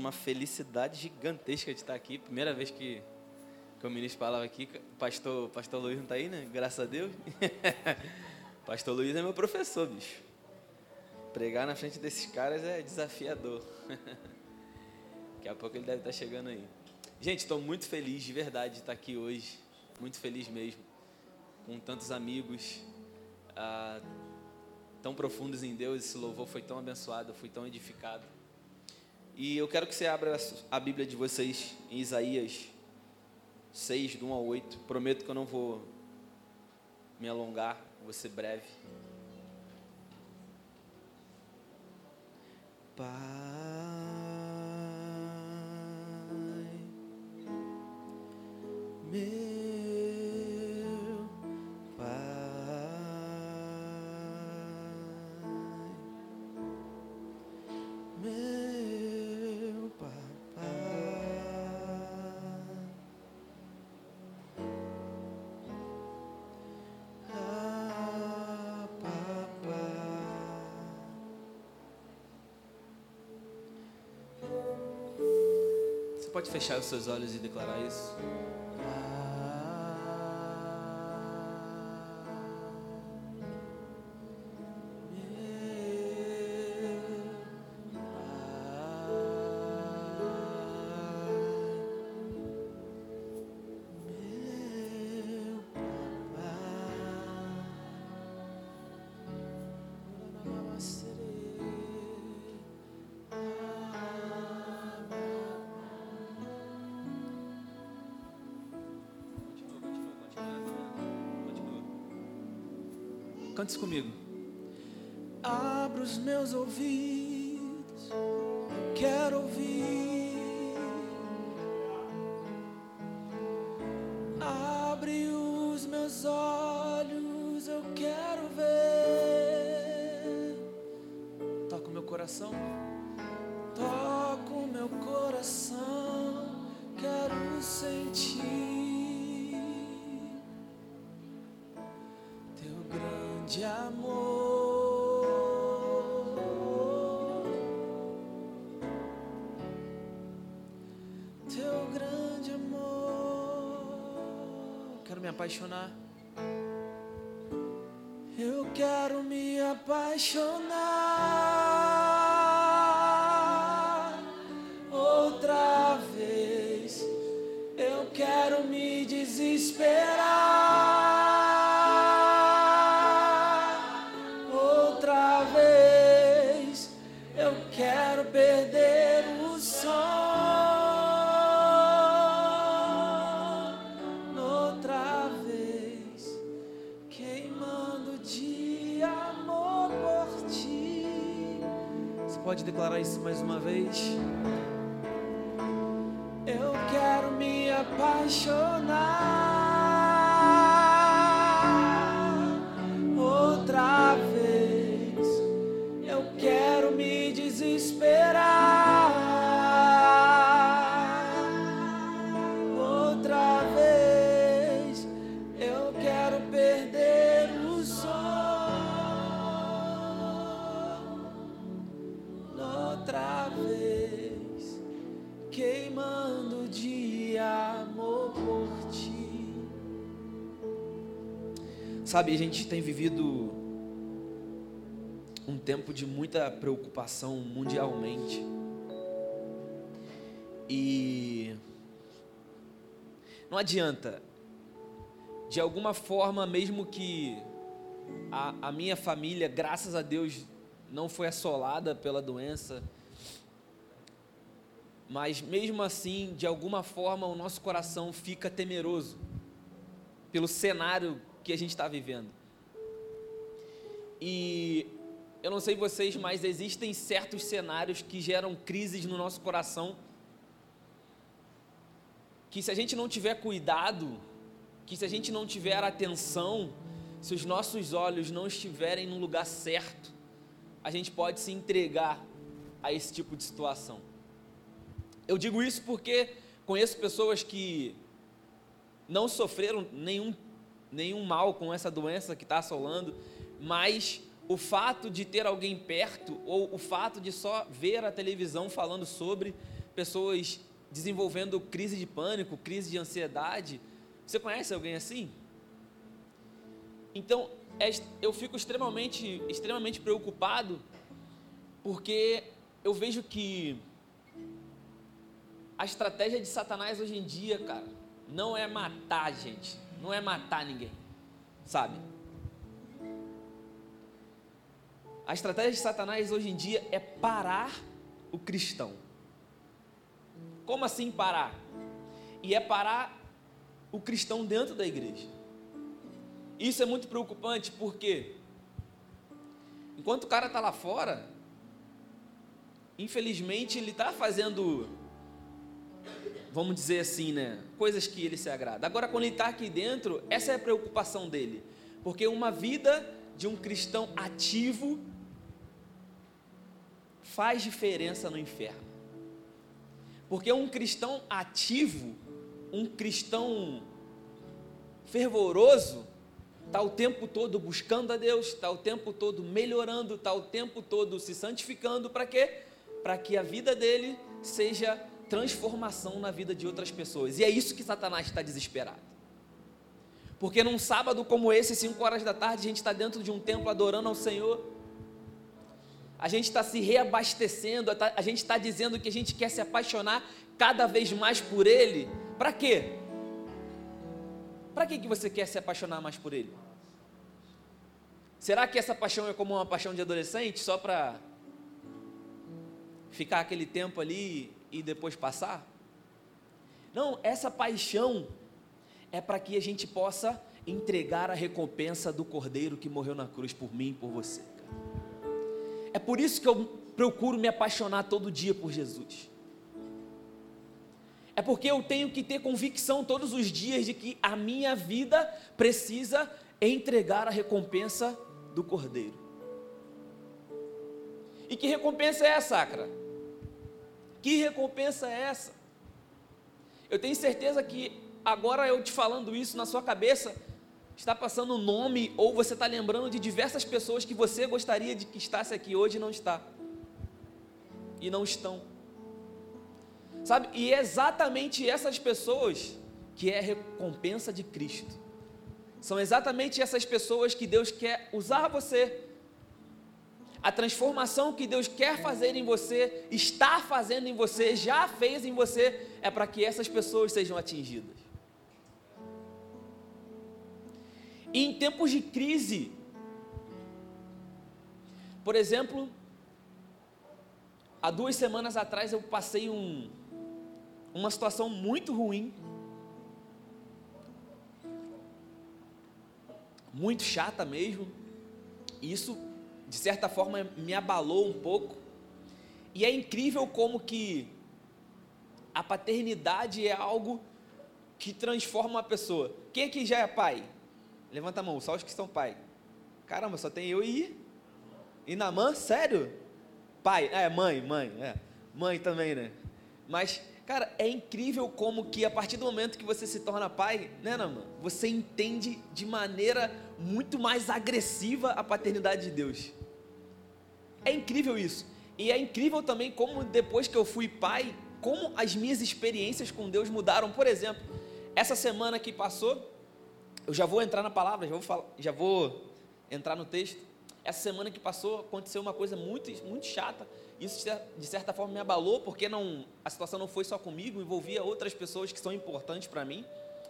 uma felicidade gigantesca de estar aqui. Primeira vez que o ministro falava aqui. Pastor Luiz não está aí, né? Graças a Deus. Pastor Luiz é meu professor, bicho. Pregar na frente desses caras é desafiador. Daqui a pouco ele deve estar chegando aí. Gente, estou muito feliz de verdade de estar aqui hoje. Muito feliz mesmo. Com tantos amigos tão profundos em Deus. Esse louvor foi tão abençoado, eu fui tão edificado. E eu quero que você abra a Bíblia de vocês em Isaías 6, do 1 ao 8. Prometo que eu não vou me alongar, vou ser breve. Pai, meu Pai, meu Papai, Você pode fechar os seus olhos e declarar isso? Cante isso comigo. Abra os meus ouvidos, quero ouvir. Abre os meus olhos, eu quero ver. Toca o meu coração. Toca o meu coração, quero sentir teu grande amor. Teu grande amor. Quero me apaixonar. Eu quero me apaixonar outra vez. Eu quero me desesperar outra vez. Eu quero perder o sono outra vez, queimando de amor por ti. Você pode declarar isso mais uma vez? Eu quero me apaixonar outra vez. Eu quero me desesperar outra vez. Eu quero perder o sono outra vez, queimando de amor por ti. Sabe, a gente tem vivido um tempo de muita preocupação mundialmente. E não adianta, de alguma forma, mesmo que a minha família, graças a Deus, não foi assolada pela doença, mas mesmo assim, de alguma forma, o nosso coração fica temeroso pelo cenário que a gente está vivendo. E eu não sei vocês, mas existem certos cenários que geram crises no nosso coração, que se a gente não tiver cuidado, que se a gente não tiver atenção, se os nossos olhos não estiverem no lugar certo, a gente pode se entregar a esse tipo de situação. Eu digo isso porque conheço pessoas que não sofreram nenhum mal com essa doença que está assolando, mas o fato de ter alguém perto, ou o fato de só ver a televisão falando sobre, pessoas desenvolvendo crise de pânico, crise de ansiedade. Você conhece alguém assim? Então, eu fico extremamente preocupado, porque eu vejo que a estratégia de Satanás hoje em dia, cara, não é matar a gente, não é matar ninguém, sabe? A estratégia de Satanás hoje em dia é parar o cristão. Como assim parar? E é parar o cristão dentro da igreja. Isso é muito preocupante, porque enquanto o cara está lá fora, infelizmente ele está fazendo, vamos dizer assim, né, coisas que ele se agrada. Agora, quando ele está aqui dentro, essa é a preocupação dele, porque uma vida de um cristão ativo faz diferença no inferno. Porque um cristão ativo, um cristão fervoroso, está o tempo todo buscando a Deus, está o tempo todo melhorando, está o tempo todo se santificando. Para quê? Para que a vida dele seja transformação na vida de outras pessoas. E é isso que Satanás está desesperado. Porque num sábado como esse, 5 horas da tarde, a gente está dentro de um templo adorando ao Senhor. A gente está se reabastecendo, a gente está dizendo que a gente quer se apaixonar cada vez mais por Ele. Para quê? Para que você quer se apaixonar mais por Ele? Será que essa paixão é como uma paixão de adolescente, só para ficar aquele tempo ali e depois passar? Não, essa paixão é para que a gente possa entregar a recompensa do Cordeiro que morreu na cruz por mim e por você. É por isso que eu procuro me apaixonar todo dia por Jesus. É porque eu tenho que ter convicção todos os dias de que a minha vida precisa entregar a recompensa do Cordeiro. E que recompensa é essa, Sacra? Que recompensa é essa? Eu tenho certeza que agora eu te falando isso na sua cabeça, está passando um nome, ou você está lembrando de diversas pessoas que você gostaria de que estasse aqui hoje e não está. E não estão. Sabe? E é exatamente essas pessoas que é a recompensa de Cristo. São exatamente essas pessoas que Deus quer usar você. A transformação que Deus quer fazer em você, está fazendo em você, já fez em você, é para que essas pessoas sejam atingidas. E em tempos de crise, por exemplo, há 2 semanas atrás eu passei uma situação muito ruim, muito chata mesmo, e isso de certa forma me abalou um pouco. E é incrível como que a paternidade é algo que transforma uma pessoa. Quem aqui já é pai? Levanta a mão, só os que são pai. Caramba, só tem eu e Namã, sério? Pai, mãe, mãe também, né? Mas, cara, é incrível como que a partir do momento que você se torna pai, né, Namã? Você entende de maneira muito mais agressiva a paternidade de Deus. É incrível isso. E é incrível também como depois que eu fui pai, como as minhas experiências com Deus mudaram. Por exemplo, essa semana que passou, eu já vou entrar na palavra, já vou entrar no texto. Essa semana que passou, aconteceu uma coisa muito, muito chata. Isso, de certa forma, me abalou, porque a situação não foi só comigo, envolvia outras pessoas que são importantes para mim.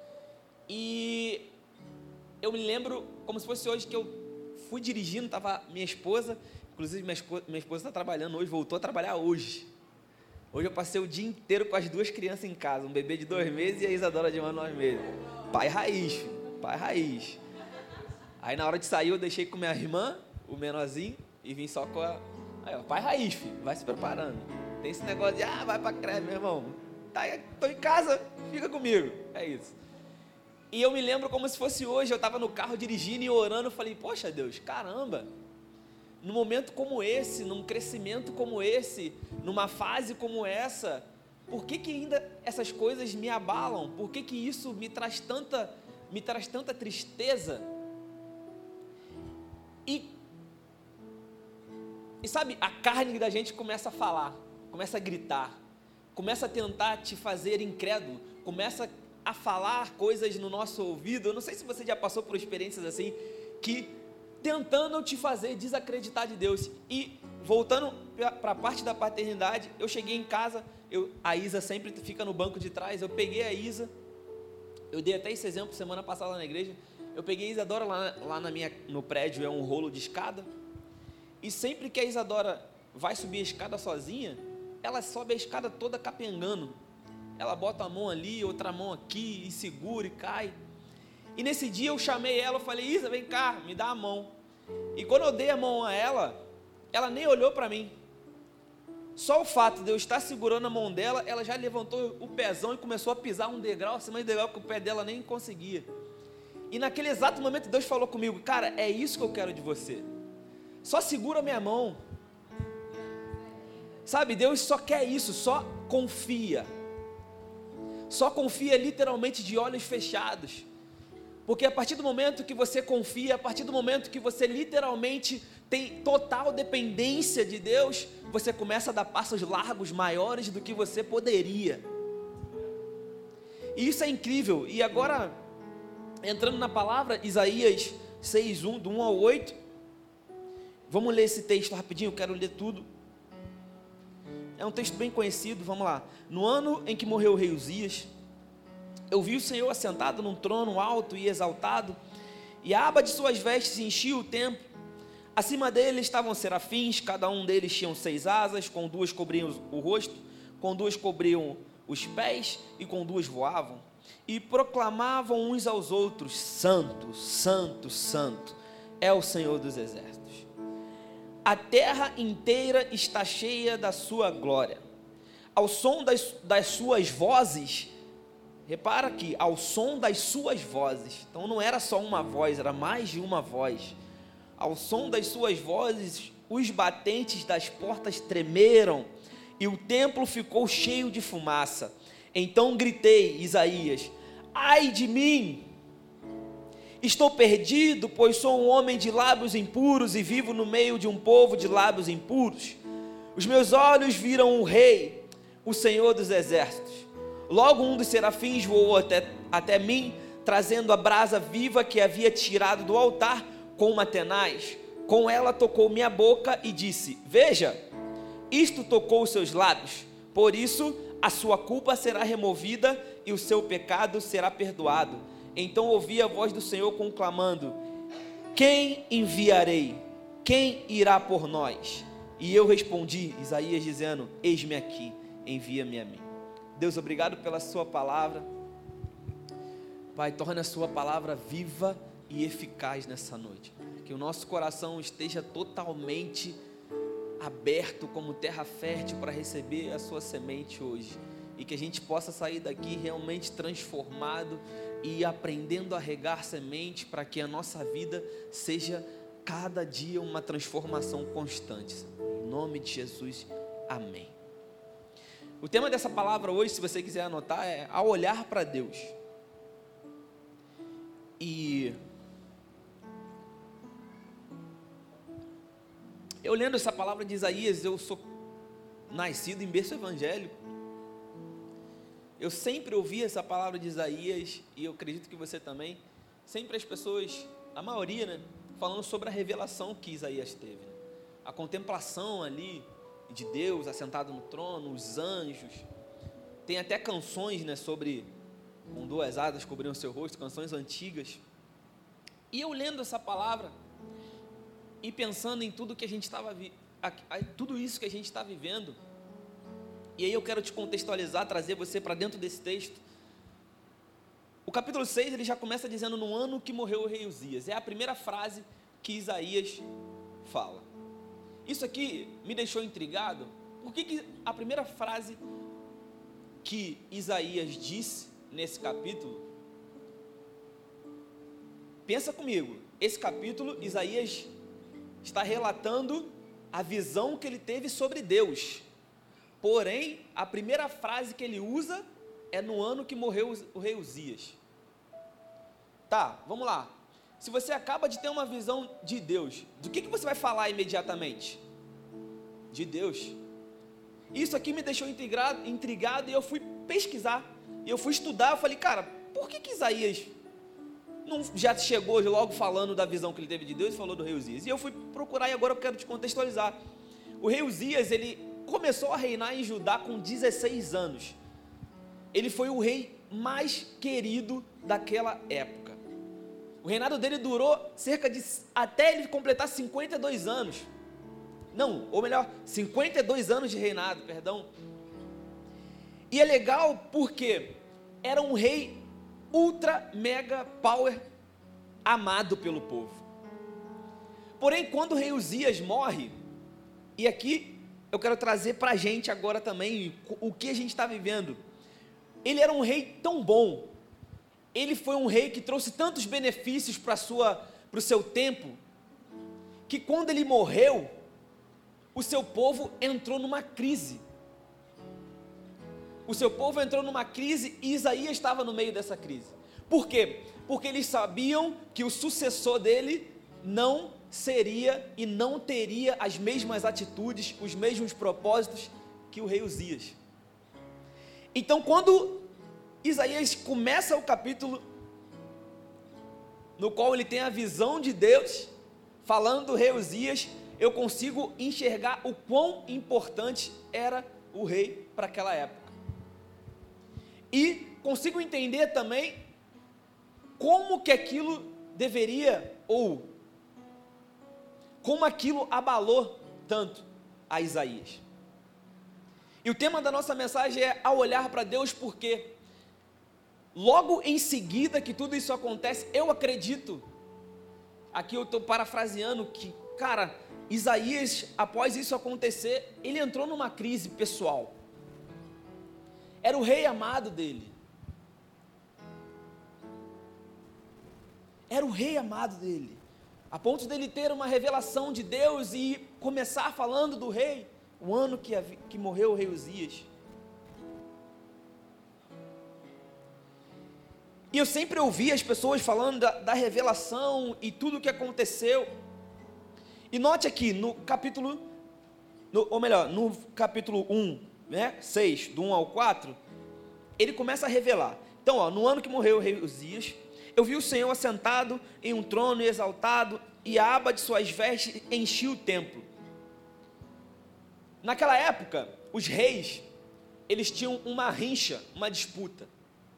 E eu me lembro, como se fosse hoje, que eu fui dirigindo, estava minha esposa, inclusive minha esposa está trabalhando hoje, voltou a trabalhar hoje. Hoje eu passei o dia inteiro com as 2 crianças em casa, um bebê de 2 meses e a Isadora de 1 ano e 9 meses. Pai raiz, filho. Pai raiz. Aí na hora de sair eu deixei com minha irmã, o menorzinho, e vim só com a... Aí, ó, pai raiz, filho, vai se preparando. Tem esse negócio de, vai pra creche, meu irmão. Tô em casa, fica comigo. É isso. E eu me lembro como se fosse hoje, eu estava no carro dirigindo e orando, eu falei, poxa Deus, caramba, num momento como esse, num crescimento como esse, numa fase como essa, por que ainda essas coisas me abalam? Por que isso me traz tanta tristeza? E sabe, a carne da gente começa a falar, começa a gritar. começa a tentar te fazer incrédulo, começa a falar coisas no nosso ouvido. Eu não sei se você já passou por experiências assim, que tentando te fazer desacreditar de Deus. E voltando para a parte da paternidade, eu cheguei em casa, a Isa sempre fica no banco de trás, eu peguei a Isa, eu dei até esse exemplo semana passada lá na igreja, eu peguei a Isadora lá no prédio, é um rolo de escada, e sempre que a Isadora vai subir a escada sozinha, ela sobe a escada toda capengando, ela bota a mão ali, outra mão aqui, e segura e cai. E nesse dia eu chamei ela, eu falei: Isa, vem cá, me dá a mão. E quando eu dei a mão a ela, ela nem olhou para mim. Só o fato de eu estar segurando a mão dela, ela já levantou o pezão e começou a pisar um degrau acima de degrau que o pé dela nem conseguia. E naquele exato momento Deus falou comigo: cara, é isso que eu quero de você. Só segura a minha mão. Sabe, Deus só quer isso, só confia. Só confia literalmente de olhos fechados. Porque a partir do momento que você confia, a partir do momento que você literalmente tem total dependência de Deus, você começa a dar passos largos, maiores do que você poderia. E isso é incrível. E agora, entrando na palavra, Isaías 6:1, do 1 ao 8, vamos ler esse texto rapidinho, eu quero ler tudo. É um texto bem conhecido, vamos lá. No ano em que morreu o rei Uzias, eu vi o Senhor assentado num trono alto e exaltado, e a aba de suas vestes enchia o templo. Acima dele estavam serafins, cada um deles tinha 6 asas, com 2 cobriam o rosto, com 2 cobriam os pés, e com 2 voavam. E proclamavam uns aos outros: Santo, Santo, Santo, é o Senhor dos exércitos. A terra inteira está cheia da sua glória. Ao som das suas vozes, repara aqui, ao som das suas vozes, então não era só uma voz, era mais de uma voz. Ao som das suas vozes, os batentes das portas tremeram, e o templo ficou cheio de fumaça. Então gritei, Isaías: ai de mim! Estou perdido, pois sou um homem de lábios impuros e vivo no meio de um povo de lábios impuros. Os meus olhos viram o Rei, o Senhor dos exércitos. Logo um dos serafins voou até mim, trazendo a brasa viva que havia tirado do altar com uma tenaz. Com ela tocou minha boca e disse: veja, isto tocou os seus lábios, por isso a sua culpa será removida e o seu pecado será perdoado. Então ouvi a voz do Senhor conclamando: quem enviarei? Quem irá por nós? E eu respondi, Isaías dizendo: eis-me aqui, envia-me a mim. Deus, obrigado pela sua palavra. Pai, torna a sua palavra viva e eficaz nessa noite. Que o nosso coração esteja totalmente aberto como terra fértil para receber a sua semente hoje. E que a gente possa sair daqui realmente transformado e aprendendo a regar semente, para que a nossa vida seja cada dia uma transformação constante. Em nome de Jesus, amém. O tema dessa palavra hoje, se você quiser anotar, é ao olhar para Deus. E eu lendo essa palavra de Isaías, eu sou nascido em berço evangélico. Eu sempre ouvi essa palavra de Isaías, e eu acredito que você também, sempre as pessoas, a maioria, né, falando sobre a revelação que Isaías teve, né? A contemplação ali de Deus assentado no trono, os anjos. Tem até canções, né, sobre com 2 asas cobriam o seu rosto, canções antigas. E eu lendo essa palavra e pensando em tudo que a gente estava tudo isso que a gente está vivendo. E aí eu quero te contextualizar, trazer você para dentro desse texto. O capítulo 6, ele já começa dizendo: no ano que morreu o rei Uzias. É a primeira frase que Isaías fala. Isso aqui me deixou intrigado. Por que a primeira frase que Isaías disse nesse capítulo? Pensa comigo, esse capítulo, Isaías está relatando a visão que ele teve sobre Deus. Porém, a primeira frase que ele usa é no ano que morreu o rei Uzias. Tá, vamos lá. Se você acaba de ter uma visão de Deus, do que você vai falar imediatamente? De Deus. Isso aqui me deixou intrigado e eu fui pesquisar. E eu fui estudar, eu falei, cara, por que Isaías não já chegou logo falando da visão que ele teve de Deus e falou do rei Uzias? E eu fui procurar e agora eu quero te contextualizar. O rei Uzias, ele começou a reinar em Judá com 16 anos. Ele foi o rei mais querido daquela época. O reinado dele durou até ele completar 52 anos. Não, ou melhor, 52 anos de reinado, perdão. E é legal porque era um rei ultra, mega, power, amado pelo povo. Porém, quando o rei Uzias morre, e aqui eu quero trazer para a gente agora também o que a gente está vivendo. Ele era um rei tão bom, ele foi um rei que trouxe tantos benefícios para o seu tempo, que quando ele morreu, o seu povo entrou numa crise. O seu povo entrou numa crise e Isaías estava no meio dessa crise. Por quê? Porque eles sabiam que o sucessor dele não seria e não teria as mesmas atitudes, os mesmos propósitos que o rei Uzias. Então, quando Isaías começa o capítulo, no qual ele tem a visão de Deus, falando do rei Uzias, eu consigo enxergar o quão importante era o rei para aquela época. E consigo entender também como que aquilo deveria, ou como aquilo abalou tanto a Isaías. E o tema da nossa mensagem é ao olhar para Deus, porque logo em seguida que tudo isso acontece, eu acredito, aqui eu estou parafraseando, que, cara, Isaías, após isso acontecer, ele entrou numa crise pessoal. Era o rei amado dele. Era o rei amado dele. A ponto dele ter uma revelação de Deus e começar falando do rei, o ano que morreu o rei Uzias. E eu sempre ouvi as pessoas falando da revelação e tudo o que aconteceu. E note aqui, no capítulo 1, 6, do 1 ao 4, ele começa a revelar. Então, no ano que morreu o rei Uzias, eu vi o Senhor assentado em um trono e exaltado, e a aba de suas vestes enchia o templo. Naquela época, os reis, eles tinham uma rincha, uma disputa.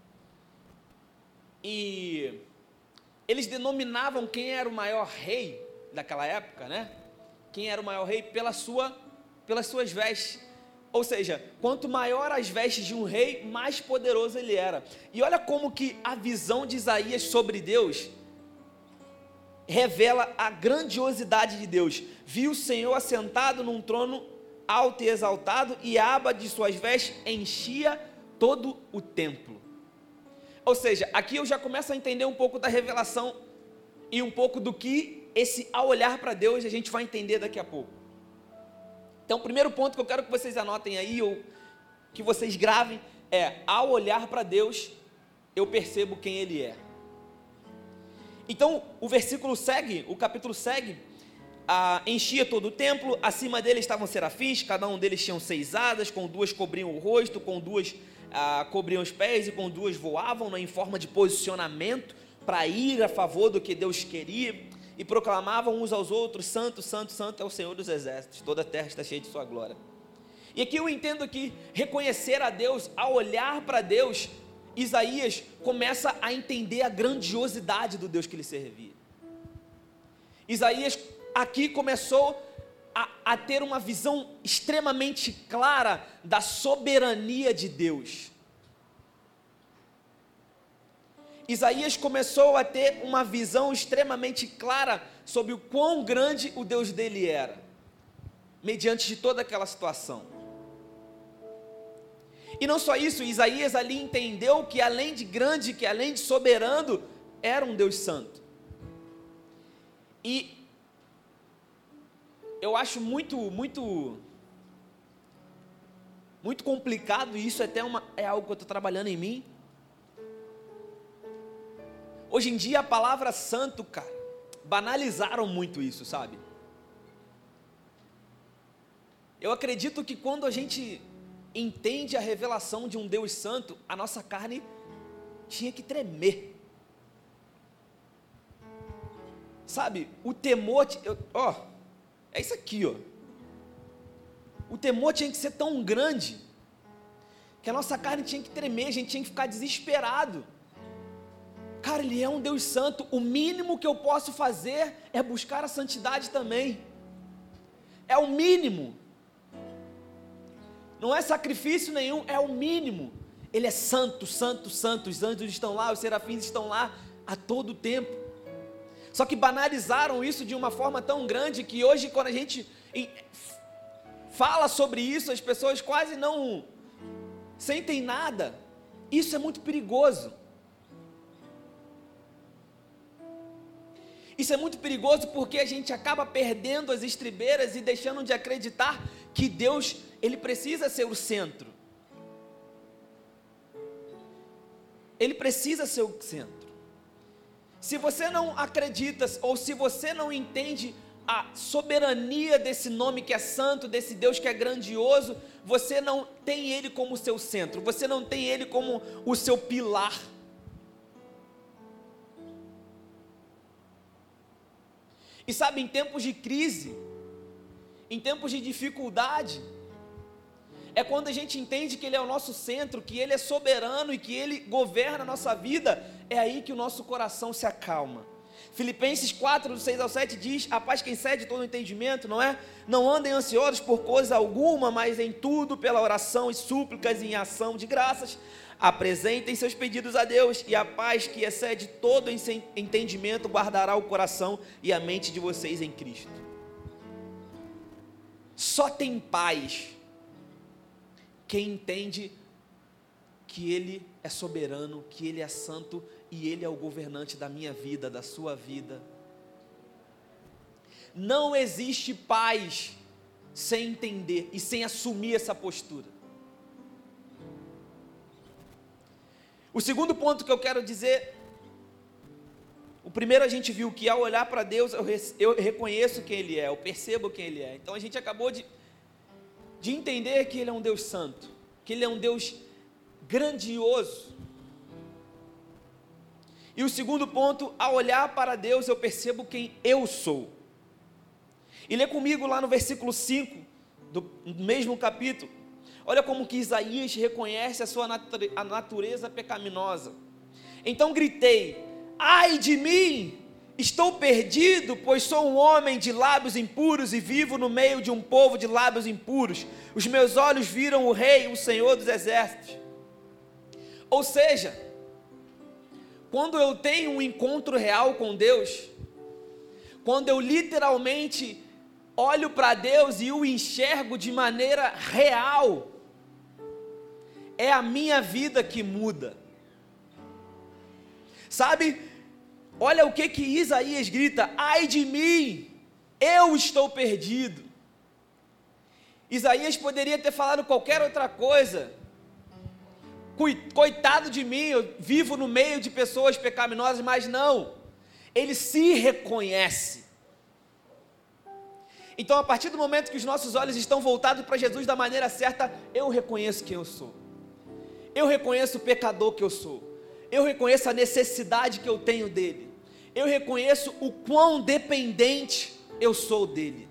E eles denominavam quem era o maior rei daquela época, né? Quem era o maior rei pelas suas vestes. Ou seja, quanto maior as vestes de um rei, mais poderoso ele era. E olha como que a visão de Isaías sobre Deus revela a grandiosidade de Deus. Viu o Senhor assentado num trono alto e exaltado, e a aba de suas vestes enchia todo o templo. Ou seja, aqui eu já começo a entender um pouco da revelação e um pouco do que esse ao olhar para Deus a gente vai entender daqui a pouco. Então, o primeiro ponto que eu quero que vocês anotem aí, ou que vocês gravem, é: ao olhar para Deus, eu percebo quem Ele é. Então, o versículo segue, o capítulo segue, enchia todo o templo, acima dele estavam serafins, cada um deles tinham 6 asas, com 2 cobriam o rosto, com 2 cobriam os pés, e com 2 voavam, em forma de posicionamento, para ir a favor do que Deus queria, e proclamavam uns aos outros: santo, santo, santo é o Senhor dos exércitos, toda a terra está cheia de sua glória. E aqui eu entendo que reconhecer a Deus, ao olhar para Deus, Isaías começa a entender a grandiosidade do Deus que ele servia. Isaías aqui começou a ter uma visão extremamente clara da soberania de Deus. Isaías começou a ter uma visão extremamente clara sobre o quão grande o Deus dele era, mediante de toda aquela situação. E não só isso, Isaías ali entendeu que além de grande, que além de soberano, era um Deus santo. E eu acho muito complicado, e isso é algo que eu estou trabalhando em mim. Hoje em dia a palavra santo, cara, banalizaram muito isso, sabe? Eu acredito que quando a gente entende a revelação de um Deus santo, a nossa carne tinha que tremer. Sabe, o temor, é isso aqui, ó. O temor tinha que ser tão grande, que a nossa carne tinha que tremer, a gente tinha que ficar desesperado. Cara, Ele é um Deus santo, o mínimo que eu posso fazer é buscar a santidade também. É o mínimo. Não é sacrifício nenhum, é o mínimo. Ele é santo, santo, santo, os anjos estão lá, os serafins estão lá a todo tempo. Só que banalizaram isso de uma forma tão grande que hoje, quando a gente fala sobre isso, as pessoas quase não sentem nada. Isso é muito perigoso. Isso é muito perigoso porque a gente acaba perdendo as estribeiras e deixando de acreditar que Deus, Ele precisa ser o centro. Ele precisa ser o centro. Se você não acredita, ou se você não entende a soberania desse nome que é santo, desse Deus que é grandioso, você não tem Ele como seu centro, você não tem Ele como o seu pilar. E sabe, em tempos de crise, em tempos de dificuldade, é quando a gente entende que Ele é o nosso centro, que Ele é soberano e que Ele governa a nossa vida, é aí que o nosso coração se acalma. Filipenses 4, do 6 ao 7 diz: a paz que excede todo entendimento, não é? Não andem ansiosos por coisa alguma, mas em tudo, pela oração e súplicas e em ação de graças, apresentem seus pedidos a Deus, e a paz que excede todo entendimento guardará o coração e a mente de vocês em Cristo. Só tem paz quem entende que Ele é soberano, que Ele é santo e Ele é o governante da minha vida, da sua vida. Não existe paz sem entender e sem assumir essa postura. O segundo ponto que eu quero dizer, o primeiro a gente viu que ao olhar para Deus eu reconheço quem Ele é, eu percebo quem Ele é. Então a gente acabou de entender que Ele é um Deus santo, que Ele é um Deus grandioso. E o segundo ponto, ao olhar para Deus eu percebo quem eu sou. E lê comigo lá no versículo 5 do mesmo capítulo. Olha como que Isaías reconhece a sua natureza pecaminosa. Então gritei: ai de mim, estou perdido, pois sou um homem de lábios impuros e vivo no meio de um povo de lábios impuros. Os meus olhos viram o Rei, o Senhor dos Exércitos. Ou seja, quando eu tenho um encontro real com Deus, quando eu literalmente olho para Deus e o enxergo de maneira real, é a minha vida que muda. Sabe, olha o que Isaías grita: ai de mim, eu estou perdido. Isaías poderia ter falado qualquer outra coisa. Coitado de mim, eu vivo no meio de pessoas pecaminosas, mas não, ele se reconhece. Então, a partir do momento que os nossos olhos estão voltados para Jesus da maneira certa, eu reconheço quem eu sou, eu reconheço o pecador que eu sou, eu reconheço a necessidade que eu tenho dele, eu reconheço o quão dependente eu sou dele.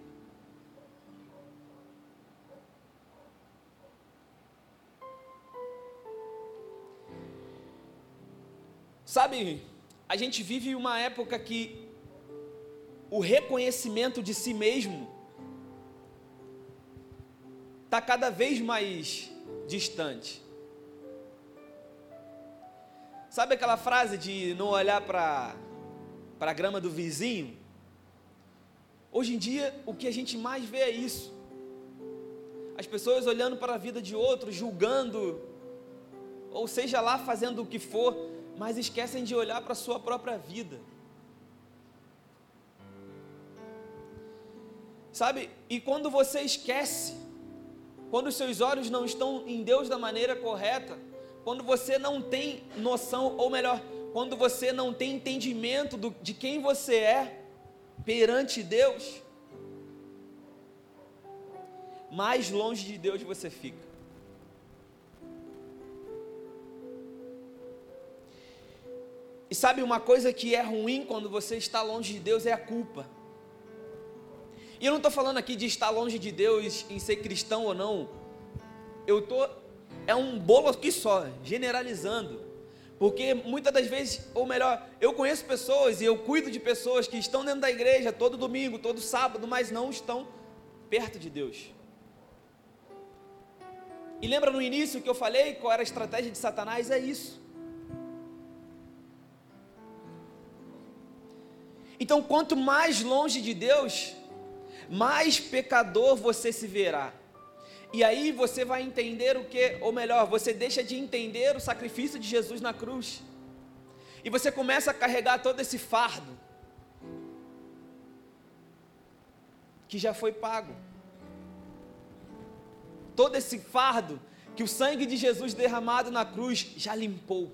Sabe, a gente vive uma época que o reconhecimento de si mesmo está cada vez mais distante. Sabe aquela frase de não olhar para a grama do vizinho? Hoje em dia, o que a gente mais vê é isso. As pessoas olhando para a vida de outros, julgando, ou seja lá, fazendo o que for, mas esquecem de olhar para a sua própria vida. Sabe, e quando você esquece, quando os seus olhos não estão em Deus da maneira correta, quando você não tem noção, ou melhor, quando você não tem entendimento de quem você é perante Deus, mais longe de Deus você fica. E sabe uma coisa que é ruim quando você está longe de Deus é a culpa. E eu não estou falando aqui de estar longe de Deus em ser cristão ou não. É um bolo aqui só, generalizando. Porque muitas das vezes, ou melhor, eu conheço pessoas e eu cuido de pessoas que estão dentro da igreja todo domingo, todo sábado, mas não estão perto de Deus. E lembra no início que eu falei qual era a estratégia de Satanás? É isso. Então, quanto mais longe de Deus, mais pecador você se verá. E aí você vai entender o que, ou melhor, você deixa de entender o sacrifício de Jesus na cruz. E você começa a carregar todo esse fardo que já foi pago. Todo esse fardo que o sangue de Jesus derramado na cruz já limpou.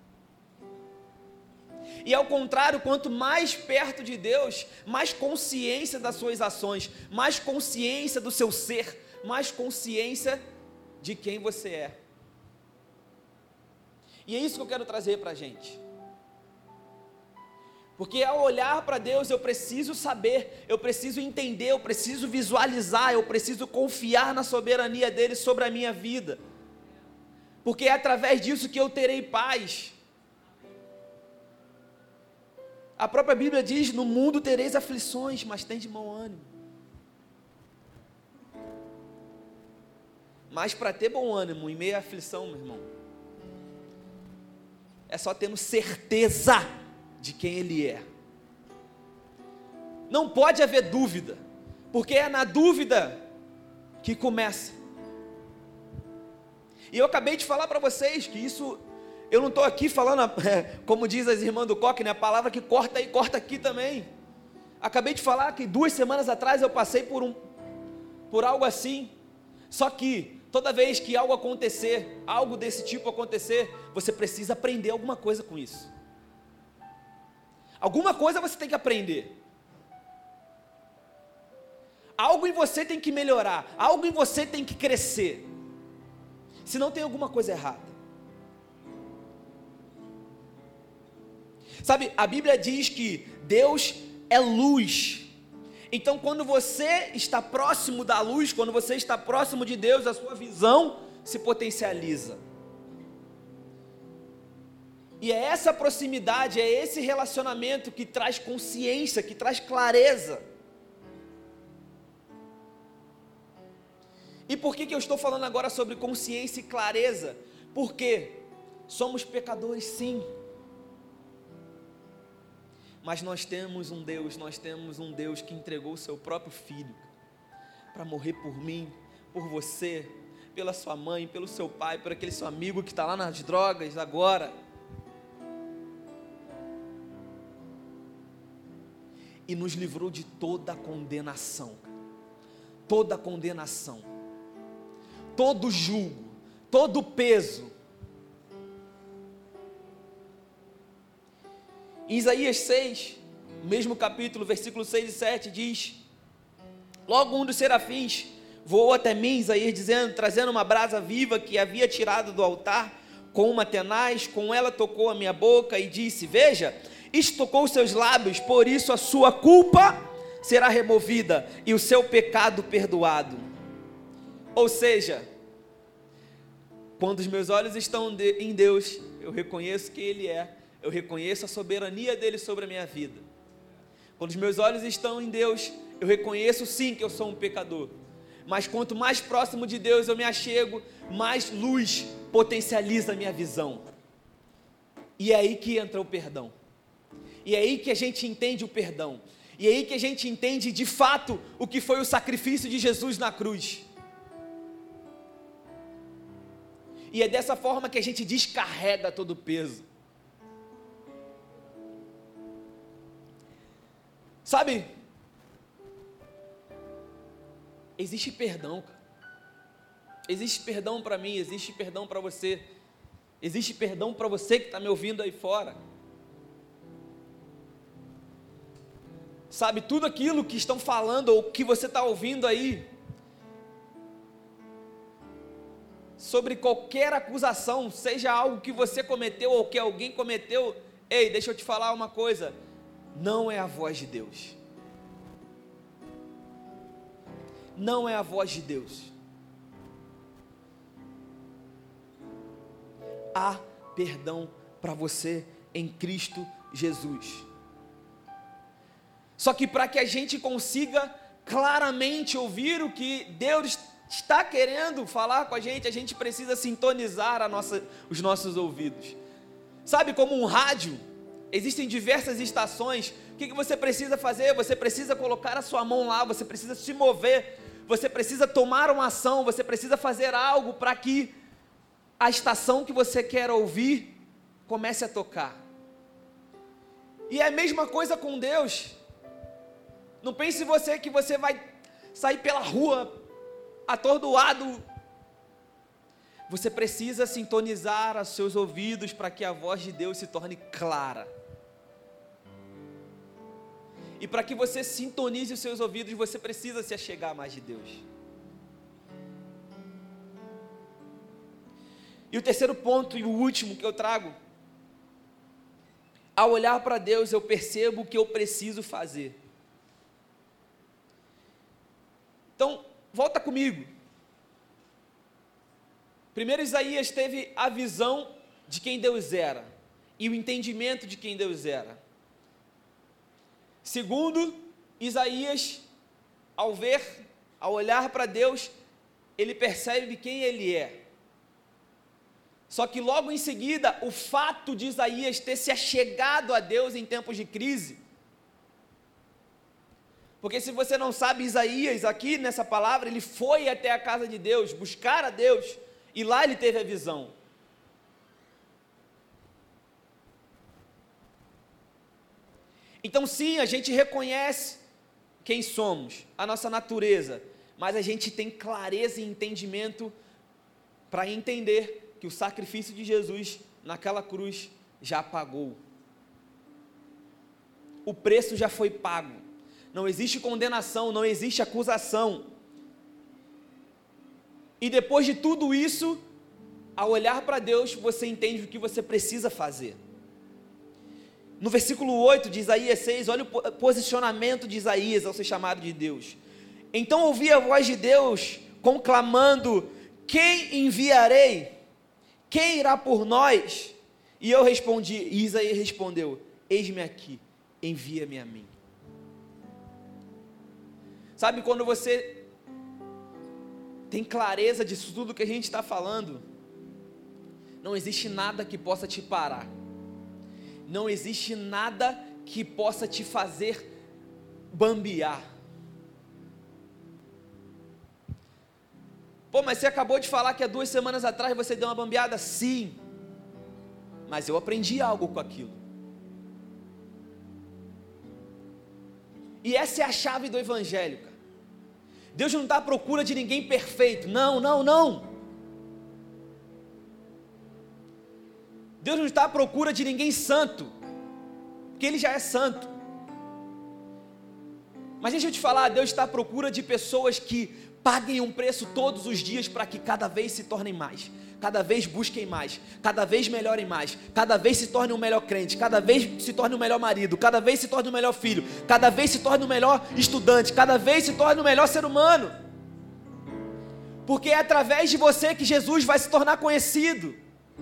E ao contrário, quanto mais perto de Deus, mais consciência das suas ações, mais consciência do seu ser, mais consciência de quem você é. E é isso que eu quero trazer para a gente. Porque ao olhar para Deus, eu preciso saber, eu preciso entender, eu preciso visualizar, eu preciso confiar na soberania dEle sobre a minha vida. Porque é através disso que eu terei paz. A própria Bíblia diz, no mundo tereis aflições, mas tem de bom ânimo. Mas para ter bom ânimo em meio à aflição, meu irmão, é só tendo certeza de quem Ele é. Não pode haver dúvida, porque é na dúvida que começa. E eu acabei de falar para vocês que isso, eu não estou aqui falando, como diz as irmãs do coque, né, a palavra que corta aí, corta aqui também. Acabei de falar que 2 semanas atrás eu passei por algo assim, só que toda vez que algo acontecer, algo desse tipo acontecer, você precisa aprender alguma coisa com isso. Alguma coisa você tem que aprender. Algo em você tem que melhorar, algo em você tem que crescer. Senão tem alguma coisa errada. Sabe, a Bíblia diz que Deus é luz. Então, quando você está próximo da luz, quando você está próximo de Deus, a sua visão se potencializa. E é essa proximidade, é esse relacionamento que traz consciência, que traz clareza. E por que eu estou falando agora sobre consciência e clareza? Porque somos pecadores, sim. Mas nós temos um Deus que entregou o seu próprio Filho para morrer por mim, por você, pela sua mãe, pelo seu pai, por aquele seu amigo que está lá nas drogas agora. E nos livrou de toda a condenação, toda a condenação, todo julgo, todo peso. Em Isaías 6, mesmo capítulo, versículo 6 e 7, diz: logo um dos serafins voou até mim, Isaías dizendo, trazendo uma brasa viva que havia tirado do altar, com uma tenaz, com ela tocou a minha boca e disse: veja, isto tocou os seus lábios, por isso a sua culpa será removida e o seu pecado perdoado. Ou seja, quando os meus olhos estão em Deus, eu reconheço quem Ele é, eu reconheço a soberania dEle sobre a minha vida. Quando os meus olhos estão em Deus, eu reconheço sim que eu sou um pecador. Mas quanto mais próximo de Deus eu me achego, mais luz potencializa a minha visão. E é aí que entra o perdão. E é aí que a gente entende o perdão. E é aí que a gente entende de fato o que foi o sacrifício de Jesus na cruz. E é dessa forma que a gente descarrega todo o peso. Sabe? Existe perdão, cara. Existe perdão para mim, existe perdão para você. Existe perdão para você que está me ouvindo aí fora. Sabe, tudo aquilo que estão falando ou que você está ouvindo aí, sobre qualquer acusação, seja algo que você cometeu ou que alguém cometeu, ei, deixa eu te falar uma coisa, não é a voz de Deus. Não é a voz de Deus. Há perdão para você em Cristo Jesus. Só que para que a gente consiga claramente ouvir o que Deus está querendo falar com a gente precisa sintonizar os nossos ouvidos. Sabe, como um rádio, existem diversas estações. O que você precisa fazer? Você precisa colocar a sua mão lá, você precisa se mover, você precisa tomar uma ação, você precisa fazer algo para que a estação que você quer ouvir comece a tocar. E é a mesma coisa com Deus. Não pense você que você vai sair pela rua atordoado. Você precisa sintonizar os seus ouvidos para que a voz de Deus se torne clara. E para que você sintonize os seus ouvidos, você precisa se achegar mais de Deus. E o terceiro ponto e o último que eu trago, ao olhar para Deus eu percebo o que eu preciso fazer. Então, volta comigo. Primeiro, Isaías teve a visão de quem Deus era e o entendimento de quem Deus era. Segundo, Isaías, ao olhar para Deus, ele percebe quem ele é. Só que logo em seguida, o fato de Isaías ter se achegado a Deus em tempos de crise, porque se você não sabe, Isaías, aqui nessa palavra, ele foi até a casa de Deus, buscar a Deus, e lá ele teve a visão. Então sim, a gente reconhece quem somos, a nossa natureza, mas a gente tem clareza e entendimento para entender que o sacrifício de Jesus naquela cruz já pagou. O preço já foi pago. Não existe condenação, não existe acusação. E depois de tudo isso, ao olhar para Deus, você entende o que você precisa fazer. No versículo 8 de Isaías 6, olha o posicionamento de Isaías ao ser chamado de Deus. Então ouvi a voz de Deus conclamando: quem enviarei? Quem irá por nós? E eu respondi, e Isaías respondeu: eis-me aqui, envia-me a mim. Sabe, quando você tem clareza disso tudo que a gente está falando, não existe nada que possa te parar, não existe nada que possa te fazer bambear. Pô, mas você acabou de falar que há 2 semanas atrás você deu uma bambeada. Sim, mas eu aprendi algo com aquilo. E essa é a chave do evangelho, cara. Deus não está à procura de ninguém perfeito. Não, não, não. Deus não está à procura de ninguém santo, porque Ele já é santo. Mas deixa eu te falar, Deus está à procura de pessoas que paguem um preço todos os dias para que cada vez se tornem mais, cada vez busquem mais, cada vez melhorem mais, cada vez se tornem um melhor crente, cada vez se torne um melhor marido, cada vez se torne um melhor filho, cada vez se torne um melhor estudante, cada vez se torne um melhor ser humano. Porque é através de você que Jesus vai se tornar conhecido.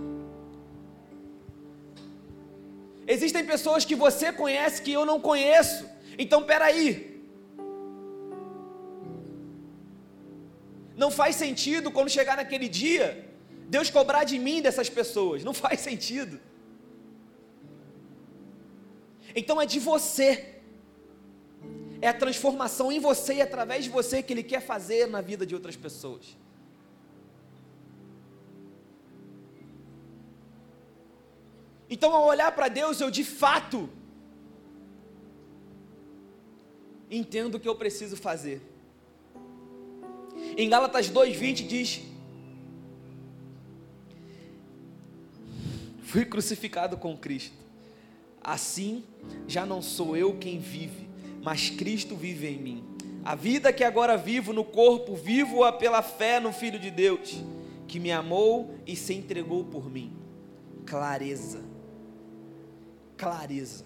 Existem pessoas que você conhece que eu não conheço. Então peraí, não faz sentido quando chegar naquele dia, Deus cobrar de mim dessas pessoas, não faz sentido. Então é de você, é a transformação em você e através de você que Ele quer fazer na vida de outras pessoas. Então, ao olhar para Deus, eu de fato entendo o que eu preciso fazer. Em Gálatas 2:20 diz: fui crucificado com Cristo, assim já não sou eu quem vive, mas Cristo vive em mim. A vida que agora vivo no corpo, vivo-a pela fé no Filho de Deus, que me amou e se entregou por mim. Clareza. Clareza.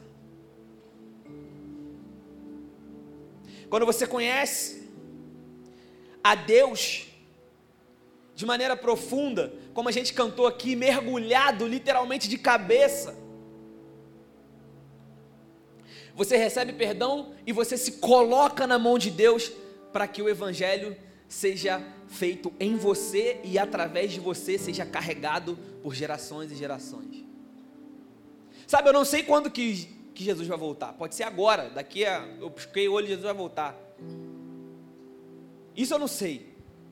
Quando você conhece a Deus de maneira profunda, como a gente cantou aqui, mergulhado literalmente de cabeça, você recebe perdão e você se coloca na mão de Deus para que o Evangelho seja feito em você e através de você seja carregado por gerações e gerações. Sabe, eu não sei quando que Jesus vai voltar. Pode ser agora, eu pisquei o olho e Jesus vai voltar. Isso eu não sei.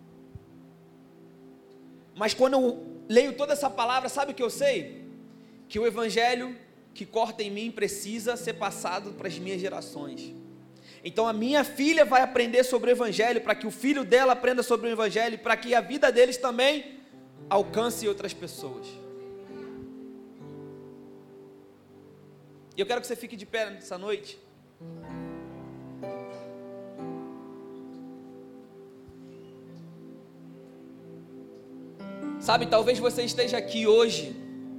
Mas quando eu leio toda essa palavra, sabe o que eu sei? Que o Evangelho que corta em mim precisa ser passado para as minhas gerações. Então a minha filha vai aprender sobre o Evangelho, para que o filho dela aprenda sobre o Evangelho, para que a vida deles também alcance outras pessoas. E eu quero que você fique de pé nessa noite. Sabe, talvez você esteja aqui hoje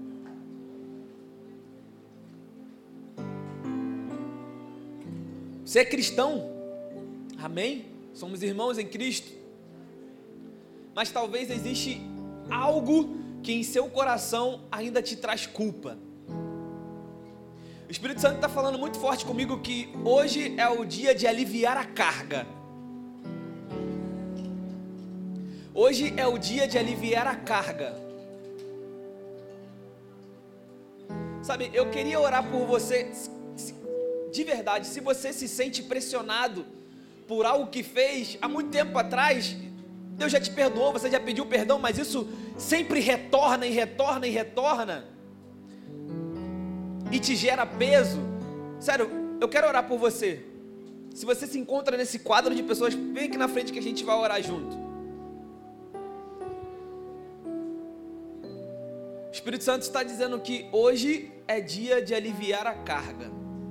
você é cristão, amém? Somos irmãos em Cristo, mas talvez existe algo que em seu coração ainda te traz culpa. O Espírito Santo está falando muito forte comigo que hoje é o dia de aliviar a carga. Hoje é o dia de aliviar a carga. Sabe, eu queria orar por você. De verdade, se você se sente pressionado por algo que fez há muito tempo atrás, Deus já te perdoou, você já pediu perdão, mas isso sempre retorna e retorna e retorna e te gera peso. Sério, eu quero orar por você. Se você se encontra nesse quadro de pessoas, vem aqui na frente que a gente vai orar junto. O Espírito Santo está dizendo que hoje é dia de aliviar a carga.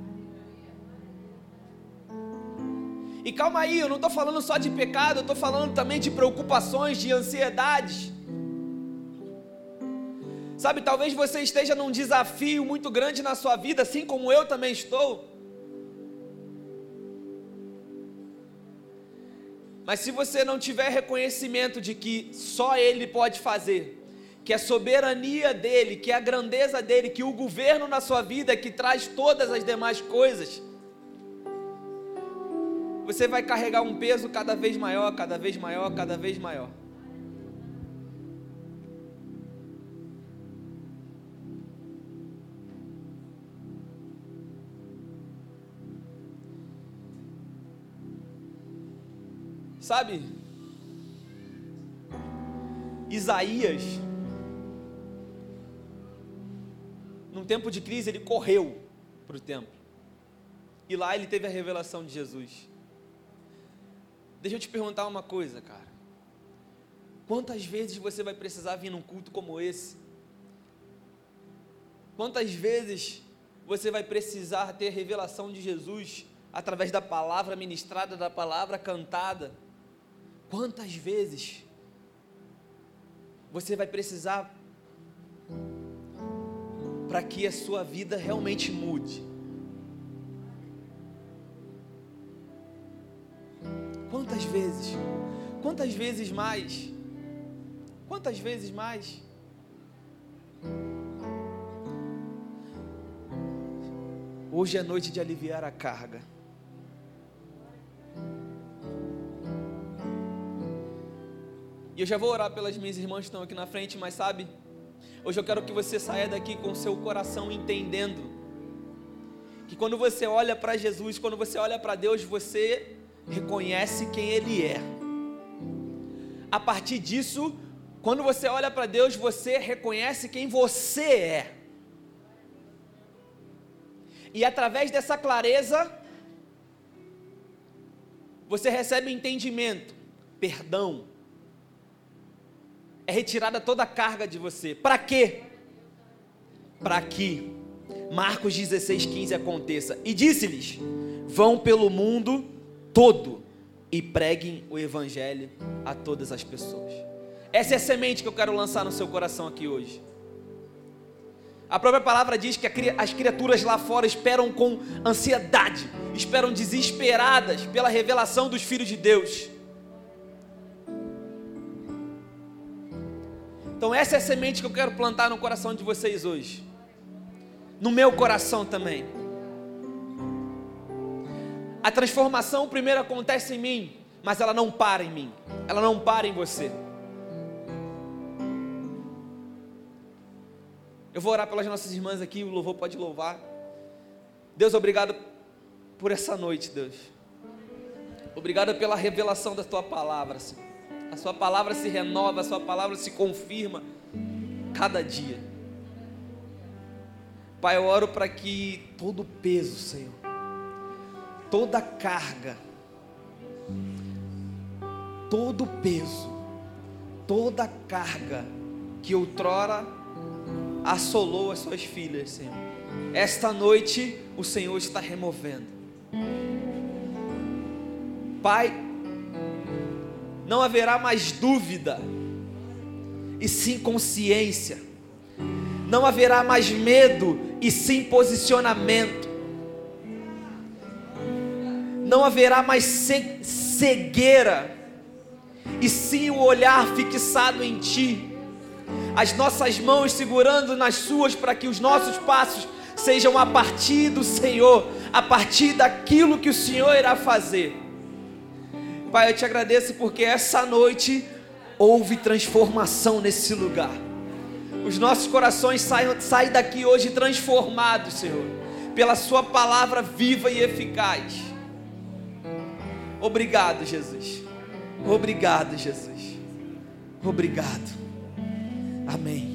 E calma aí, eu não estou falando só de pecado, eu estou falando também de preocupações, de ansiedades. Sabe, talvez você esteja num desafio muito grande na sua vida, assim como eu também estou. Mas se você não tiver reconhecimento de que só Ele pode fazer, que a soberania dEle, que a grandeza dEle, que o governo na sua vida é que traz todas as demais coisas, você vai carregar um peso cada vez maior, cada vez maior, cada vez maior. Sabe, Isaías, num tempo de crise, ele correu para o templo, e lá ele teve a revelação de Jesus. Deixa eu te perguntar uma coisa, cara. Quantas vezes você vai precisar vir num culto como esse? Quantas vezes você vai precisar ter revelação de Jesus através da palavra ministrada, da palavra cantada? Quantas vezes você vai precisar para que a sua vida realmente mude? Quantas vezes? Quantas vezes mais? Quantas vezes mais? Hoje é noite de aliviar a carga. E eu já vou orar pelas minhas irmãs que estão aqui na frente, mas sabe, hoje eu quero que você saia daqui com o seu coração entendendo que quando você olha para Jesus, quando você olha para Deus, você reconhece quem Ele é. A partir disso, quando você olha para Deus, você reconhece quem você é. E através dessa clareza, você recebe entendimento, perdão. É retirada toda a carga de você. Para quê? Para que Marcos 16:15 aconteça. E disse-lhes: vão pelo mundo todo e preguem o Evangelho a todas as pessoas. Essa é a semente que eu quero lançar no seu coração aqui hoje. A própria palavra diz que as criaturas lá fora esperam com ansiedade, esperam desesperadas pela revelação dos filhos de Deus. Então essa é a semente que eu quero plantar no coração de vocês hoje. No meu coração também. A transformação primeiro acontece em mim, mas ela não para em mim. Ela não para em você. Eu vou orar pelas nossas irmãs aqui, o louvor pode louvar. Deus, obrigado por essa noite, Deus. Obrigado pela revelação da Tua palavra, Senhor. A Sua palavra se renova, a Sua palavra se confirma cada dia. Pai, eu oro para que todo o peso, Senhor, toda a carga, todo o peso, toda a carga que outrora assolou as Suas filhas, Senhor, esta noite o Senhor está removendo. Pai, não haverá mais dúvida, e sim consciência. Não haverá mais medo, e sim posicionamento. Não haverá mais cegueira, e sim o olhar fixado em Ti. As nossas mãos segurando nas Suas, para que os nossos passos sejam a partir do Senhor, a partir daquilo que o Senhor irá fazer. Pai, eu Te agradeço porque essa noite houve transformação nesse lugar. Os nossos corações saem daqui hoje transformados, Senhor, pela Sua palavra viva e eficaz. Obrigado, Jesus. Obrigado, Jesus. Obrigado. Amém.